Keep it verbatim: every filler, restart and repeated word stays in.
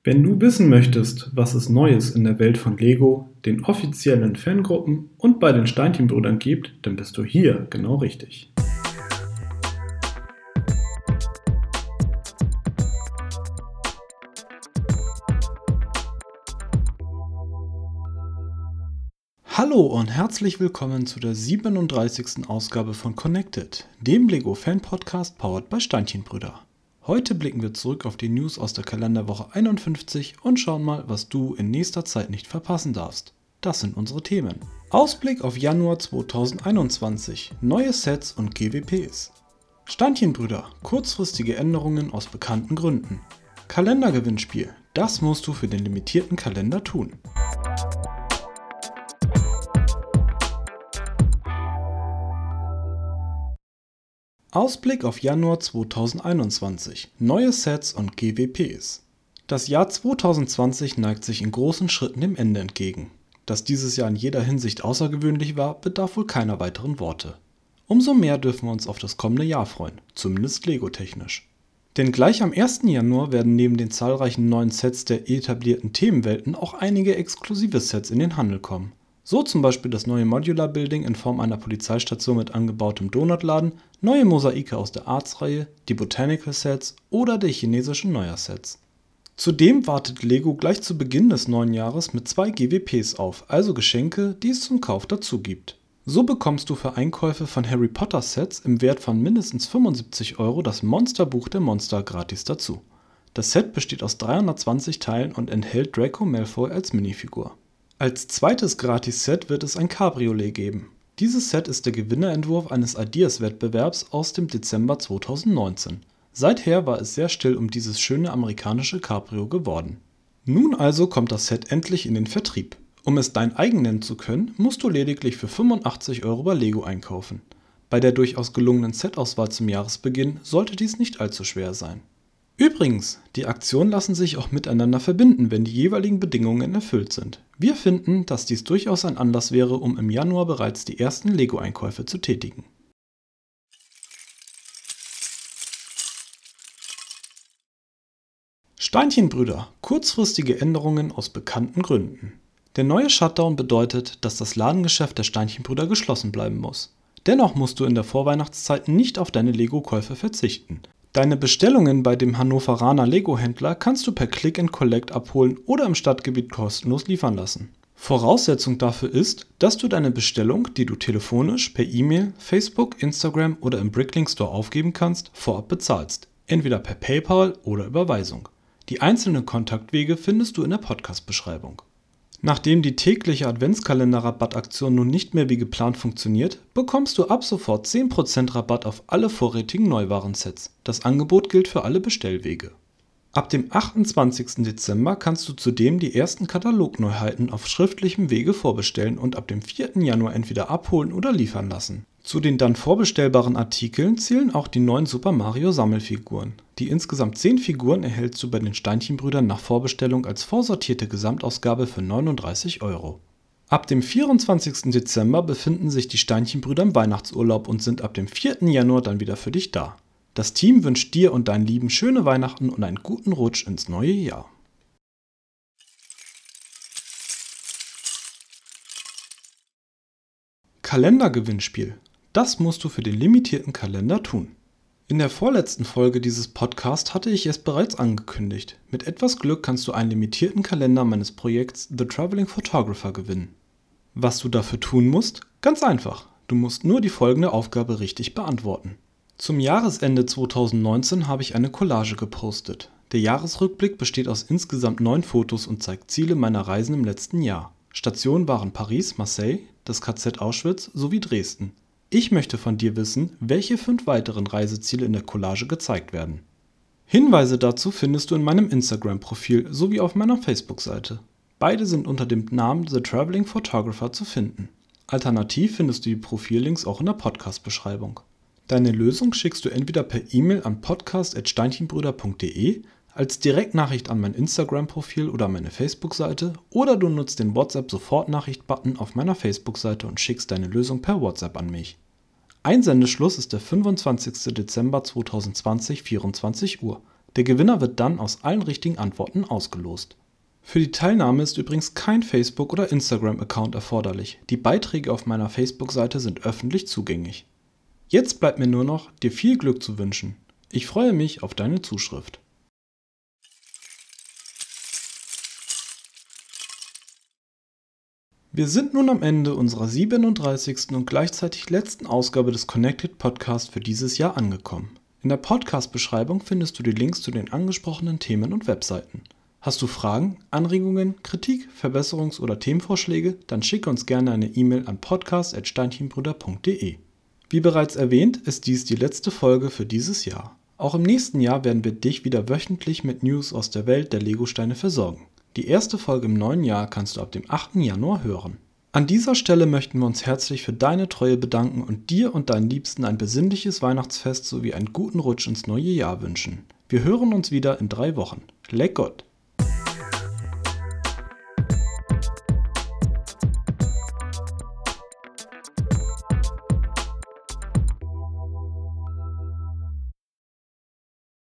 Wenn du wissen möchtest, was es Neues in der Welt von Lego, den offiziellen Fangruppen und bei den Steinchenbrüdern gibt, dann bist du hier genau richtig. Hallo und herzlich willkommen zu der siebenunddreißigsten Ausgabe von Connected, dem Lego-Fan-Podcast powered by Steinchenbrüder. Heute blicken wir zurück auf die News aus der Kalenderwoche einundfünfzig und schauen mal, was du in nächster Zeit nicht verpassen darfst. Das sind unsere Themen. Ausblick auf Januar zweitausendeinundzwanzig, neue Sets und G W Ps. Steinchenbrüder, kurzfristige Änderungen aus bekannten Gründen. Kalendergewinnspiel, das musst du für den limitierten Kalender tun. Ausblick auf Januar zweitausendeinundzwanzig, neue Sets und G W Ps. Das Jahr zweitausendzwanzig neigt sich in großen Schritten dem Ende entgegen. Dass dieses Jahr in jeder Hinsicht außergewöhnlich war, bedarf wohl keiner weiteren Worte. Umso mehr dürfen wir uns auf das kommende Jahr freuen, zumindest Lego-technisch. Denn gleich am ersten Januar werden neben den zahlreichen neuen Sets der etablierten Themenwelten auch einige exklusive Sets in den Handel kommen. So zum Beispiel das neue Modular Building in Form einer Polizeistation mit angebautem Donutladen, neue Mosaike aus der Arts-Reihe, die Botanical Sets oder der chinesischen Neujahrssets. Zudem wartet Lego gleich zu Beginn des neuen Jahres mit zwei G W Ps auf, also Geschenke, die es zum Kauf dazu gibt. So bekommst du für Einkäufe von Harry Potter Sets im Wert von mindestens fünfundsiebzig Euro das Monsterbuch der Monster gratis dazu. Das Set besteht aus dreihundertzwanzig Teilen und enthält Draco Malfoy als Minifigur. Als zweites Gratis-Set wird es ein Cabriolet geben. Dieses Set ist der Gewinnerentwurf eines Ideas-Wettbewerbs aus dem Dezember zweitausendneunzehn. Seither war es sehr still um dieses schöne amerikanische Cabrio geworden. Nun also kommt das Set endlich in den Vertrieb. Um es dein eigen nennen zu können, musst du lediglich für fünfundachtzig Euro bei Lego einkaufen. Bei der durchaus gelungenen Setauswahl zum Jahresbeginn sollte dies nicht allzu schwer sein. Übrigens, die Aktionen lassen sich auch miteinander verbinden, wenn die jeweiligen Bedingungen erfüllt sind. Wir finden, dass dies durchaus ein Anlass wäre, um im Januar bereits die ersten Lego-Einkäufe zu tätigen. Steinchenbrüder, kurzfristige Änderungen aus bekannten Gründen. Der neue Shutdown bedeutet, dass das Ladengeschäft der Steinchenbrüder geschlossen bleiben muss. Dennoch musst du in der Vorweihnachtszeit nicht auf deine Lego-Käufe verzichten. Deine Bestellungen bei dem Hannoveraner Lego-Händler kannst du per Click and Collect abholen oder im Stadtgebiet kostenlos liefern lassen. Voraussetzung dafür ist, dass du deine Bestellung, die du telefonisch, per E-Mail, Facebook, Instagram oder im Bricklink Store aufgeben kannst, vorab bezahlst. Entweder per PayPal oder Überweisung. Die einzelnen Kontaktwege findest du in der Podcast-Beschreibung. Nachdem die tägliche Adventskalender-Rabattaktion nun nicht mehr wie geplant funktioniert, bekommst du ab sofort zehn Prozent Rabatt auf alle vorrätigen Neuwarensets. Das Angebot gilt für alle Bestellwege. Ab dem achtundzwanzigsten Dezember kannst du zudem die ersten Katalogneuheiten auf schriftlichem Wege vorbestellen und ab dem vierten Januar entweder abholen oder liefern lassen. Zu den dann vorbestellbaren Artikeln zählen auch die neuen Super Mario Sammelfiguren. Die insgesamt zehn Figuren erhältst du bei den Steinchenbrüdern nach Vorbestellung als vorsortierte Gesamtausgabe für neununddreißig Euro. Ab dem vierundzwanzigsten Dezember befinden sich die Steinchenbrüder im Weihnachtsurlaub und sind ab dem vierten Januar dann wieder für dich da. Das Team wünscht dir und deinen Lieben schöne Weihnachten und einen guten Rutsch ins neue Jahr. Kalendergewinnspiel. Das musst du für den limitierten Kalender tun. In der vorletzten Folge dieses Podcasts hatte ich es bereits angekündigt. Mit etwas Glück kannst du einen limitierten Kalender meines Projekts The Traveling Photographer gewinnen. Was du dafür tun musst? Ganz einfach. Du musst nur die folgende Aufgabe richtig beantworten. Zum Jahresende zweitausendneunzehn habe ich eine Collage gepostet. Der Jahresrückblick besteht aus insgesamt neun Fotos und zeigt Ziele meiner Reisen im letzten Jahr. Stationen waren Paris, Marseille, das K Z Auschwitz sowie Dresden. Ich möchte von dir wissen, welche fünf weiteren Reiseziele in der Collage gezeigt werden. Hinweise dazu findest du in meinem Instagram-Profil sowie auf meiner Facebook-Seite. Beide sind unter dem Namen The Traveling Photographer zu finden. Alternativ findest du die Profillinks auch in der Podcast-Beschreibung. Deine Lösung schickst du entweder per E-Mail an podcast at steinchenbrüder punkt de, als Direktnachricht an mein Instagram-Profil oder meine Facebook-Seite oder du nutzt den WhatsApp-Sofortnachricht-Button auf meiner Facebook-Seite und schickst deine Lösung per WhatsApp an mich. Einsendeschluss ist der fünfundzwanzigsten Dezember zweitausendzwanzig, vierundzwanzig Uhr. Der Gewinner wird dann aus allen richtigen Antworten ausgelost. Für die Teilnahme ist übrigens kein Facebook- oder Instagram-Account erforderlich. Die Beiträge auf meiner Facebook-Seite sind öffentlich zugänglich. Jetzt bleibt mir nur noch, dir viel Glück zu wünschen. Ich freue mich auf deine Zuschrift. Wir sind nun am Ende unserer siebenunddreißigsten und gleichzeitig letzten Ausgabe des Connected Podcast für dieses Jahr angekommen. In der Podcast-Beschreibung findest du die Links zu den angesprochenen Themen und Webseiten. Hast du Fragen, Anregungen, Kritik, Verbesserungs- oder Themenvorschläge, dann schicke uns gerne eine E-Mail an podcast at steinchenbrüder punkt de. Wie bereits erwähnt, ist dies die letzte Folge für dieses Jahr. Auch im nächsten Jahr werden wir dich wieder wöchentlich mit News aus der Welt der Legosteine versorgen. Die erste Folge im neuen Jahr kannst du ab dem achten Januar hören. An dieser Stelle möchten wir uns herzlich für deine Treue bedanken und dir und deinen Liebsten ein besinnliches Weihnachtsfest sowie einen guten Rutsch ins neue Jahr wünschen. Wir hören uns wieder in drei Wochen. Leck Gott!